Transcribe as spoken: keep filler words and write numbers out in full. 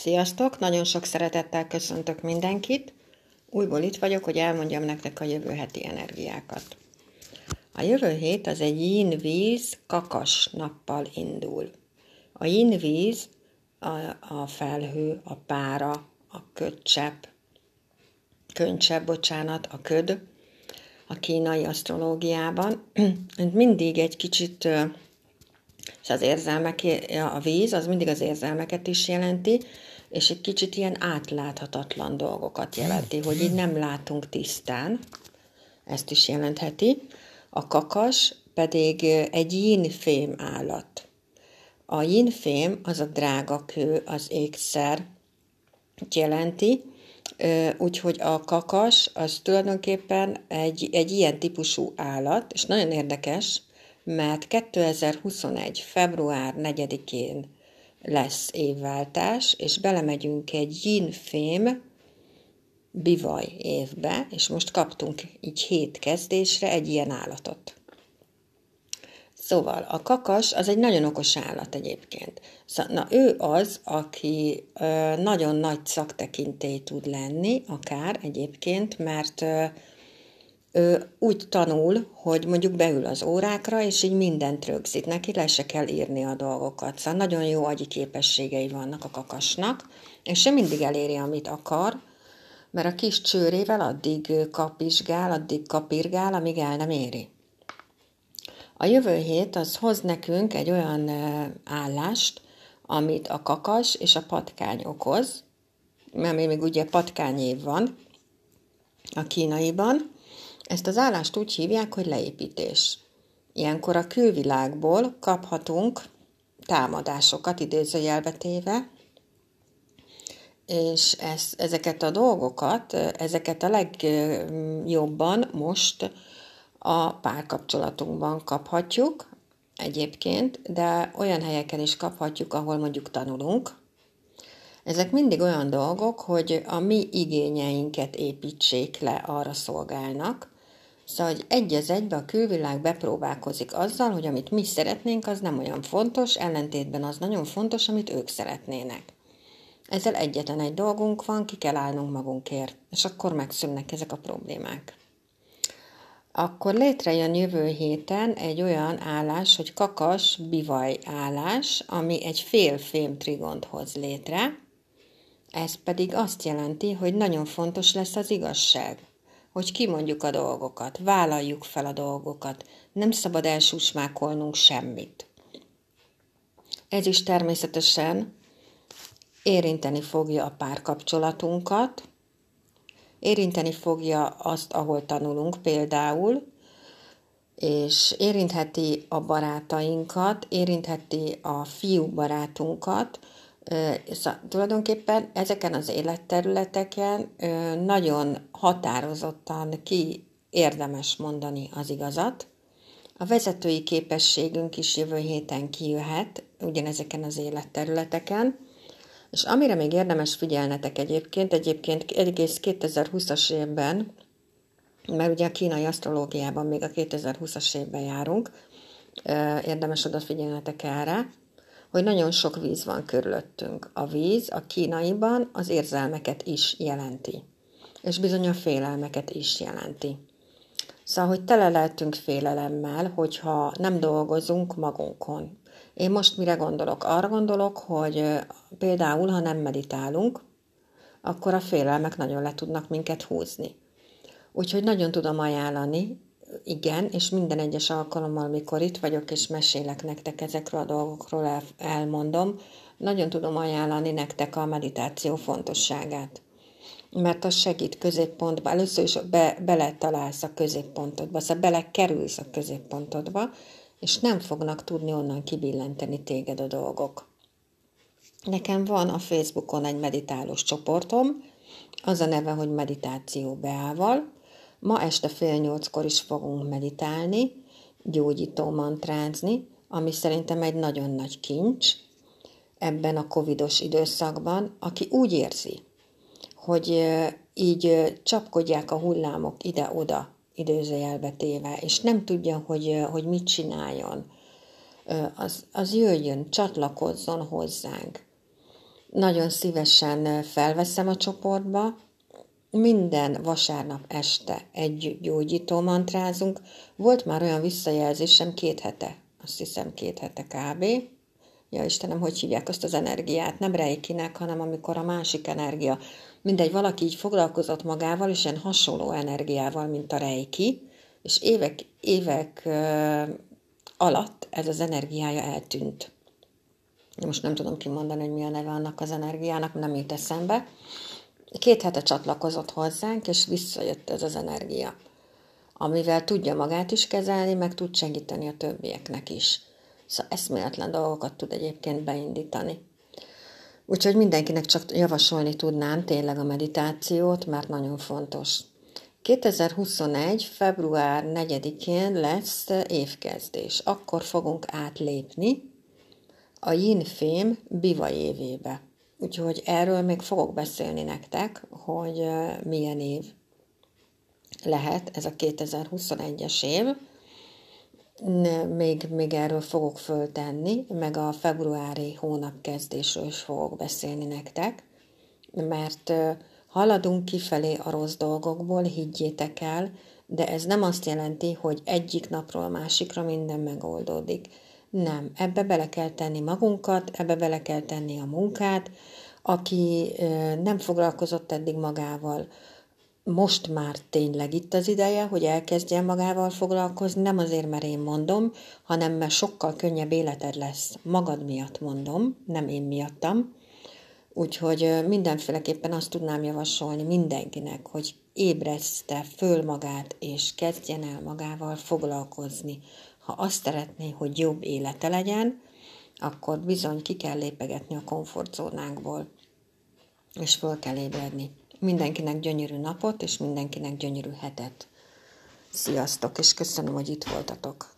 Sziasztok! Nagyon sok szeretettel köszöntök mindenkit. Újból itt vagyok, hogy elmondjam nektek a jövő heti energiákat. A jövő hét az egy yin-víz kakas nappal indul. A yin-víz a, a felhő, a pára, a ködcsepp, könycsepp, bocsánat, a köd, a kínai asztrológiában. Mindig egy kicsit, és az érzelmek, a víz az mindig az érzelmeket is jelenti, és egy kicsit ilyen átláthatatlan dolgokat jelenti, hogy így nem látunk tisztán, ezt is jelentheti. A kakas pedig egy yin-fém állat. A yin-fém az a drága kő, az ékszer jelenti, úgyhogy a kakas az tulajdonképpen egy, egy ilyen típusú állat, és nagyon érdekes, mert kétezer-huszonegy. február negyedikén lesz évváltás, és belemegyünk egy yin-fém bivaj évbe, és most kaptunk így hét kezdésre egy ilyen állatot. Szóval a kakas az egy nagyon okos állat egyébként. Na, ő az, aki ö, nagyon nagy szaktekintély tud lenni, akár egyébként, mert ö, ő úgy tanul, hogy mondjuk beül az órákra, és így mindent rögzít. Neki le se kell írni a dolgokat. Szóval nagyon jó agyi képességei vannak a kakasnak, és ő mindig eléri, amit akar, mert a kis csőrével addig kapizsgál, addig kapirgál, amíg el nem éri. A jövő hét az hoz nekünk egy olyan állást, amit a kakas és a patkány okoz, mert még ugye patkányév van a kínaiban. Ezt az állást úgy hívják, hogy leépítés. Ilyenkor a külvilágból kaphatunk támadásokat idézőjelbe téve, és ez, ezeket a dolgokat, ezeket a legjobban most a párkapcsolatunkban kaphatjuk egyébként, de olyan helyeken is kaphatjuk, ahol mondjuk tanulunk. Ezek mindig olyan dolgok, hogy a mi igényeinket építsék le, arra szolgálnak. Szóval, hogy egy az egybe a külvilág bepróbálkozik azzal, hogy amit mi szeretnénk, az nem olyan fontos, ellentétben az nagyon fontos, amit ők szeretnének. Ezzel egyetlen egy dolgunk van, ki kell állnunk magunkért, és akkor megszűnnek ezek a problémák. Akkor létrejön jövő héten egy olyan állás, hogy kakas bivaj állás, ami egy fél fém trigont hoz létre. Ez pedig azt jelenti, hogy nagyon fontos lesz az igazság, hogy kimondjuk a dolgokat, vállaljuk fel a dolgokat, nem szabad elsúsmákolnunk semmit. Ez is természetesen érinteni fogja a párkapcsolatunkat, érinteni fogja azt, ahol tanulunk például, és érintheti a barátainkat, érintheti a fiú barátunkat. Szóval tulajdonképpen ezeken az életterületeken nagyon határozottan ki érdemes mondani az igazat. A vezetői képességünk is jövő héten kijöhet ugyanezeken az életterületeken, és amire még érdemes figyelnetek egyébként, egyébként egész kétezer-húszas évben, mert ugye a kínai asztrológiában még a kétezer-húszas évben járunk, érdemes odafigyelnetek erre, hogy nagyon sok víz van körülöttünk. A víz a kínaiban az érzelmeket is jelenti, és bizony a félelmeket is jelenti. Szóval, hogy tele lehetünk félelemmel, hogyha nem dolgozunk magunkon. Én most mire gondolok? Arra gondolok, hogy például, ha nem meditálunk, akkor a félelmek nagyon le tudnak minket húzni. Úgyhogy nagyon tudom ajánlani, igen, és minden egyes alkalommal, amikor itt vagyok, és mesélek nektek ezekről a dolgokról, el, elmondom, nagyon tudom ajánlani nektek a meditáció fontosságát. Mert az segít középpontba, először is be, beletalálsz a középpontodba, szóval belekerülsz a középpontodba, és nem fognak tudni onnan kibillenteni téged a dolgok. Nekem van a Facebookon egy meditálós csoportom, az a neve, hogy Meditáció Beával. Ma este fél nyolckor is fogunk meditálni, gyógyító mantrázni, ami szerintem egy nagyon nagy kincs ebben a covidos időszakban, aki úgy érzi, hogy így csapkodják a hullámok ide-oda, idézőjelbe téve, és nem tudja, hogy, hogy mit csináljon, az, az jöjjön, csatlakozzon hozzánk. Nagyon szívesen felveszem a csoportba. Minden vasárnap este egy gyógyító mantrázunk. Volt már olyan visszajelzésem két hete, azt hiszem két hete kb. Ja Istenem, hogy hívják azt az energiát? Nem reikinek, hanem amikor a másik energia. Mindegy, valaki így foglalkozott magával, és ilyen hasonló energiával, mint a reiki, és évek, évek uh, alatt ez az energiája eltűnt. Most nem tudom kimondani, hogy mi a neve annak az energiának, nem jut eszembe. Két hete csatlakozott hozzánk, és visszajött ez az energia, amivel tudja magát is kezelni, meg tud segíteni a többieknek is. Szóval eszméletlen dolgokat tud egyébként beindítani. Úgyhogy mindenkinek csak javasolni tudnám tényleg a meditációt, mert nagyon fontos. kétezer-huszonegy. február negyedikén lesz évkezdés. Akkor fogunk átlépni a Yin Fém Biva évébe. Úgyhogy erről még fogok beszélni nektek, hogy milyen év lehet ez a kétezer-huszonegyes év. Még, még erről fogok föltenni, meg a februári hónapkezdésről is fogok beszélni nektek, mert haladunk kifelé a rossz dolgokból, higgyétek el, de ez nem azt jelenti, hogy egyik napról a másikra minden megoldódik. Nem, ebbe bele kell tenni magunkat, ebbe bele kell tenni a munkát. Aki nem foglalkozott eddig magával, most már tényleg itt az ideje, hogy elkezdjen magával foglalkozni, nem azért, mert én mondom, hanem mert sokkal könnyebb életed lesz. Magad miatt mondom, nem én miattam. Úgyhogy mindenféleképpen azt tudnám javasolni mindenkinek, hogy ébreszte föl magát, és kezdjen el magával foglalkozni. Ha azt szeretné, hogy jobb élete legyen, akkor bizony ki kell lépegetni a komfortzónánkból, és föl kell ébredni. Mindenkinek gyönyörű napot, és mindenkinek gyönyörű hetet. Sziasztok, és köszönöm, hogy itt voltatok.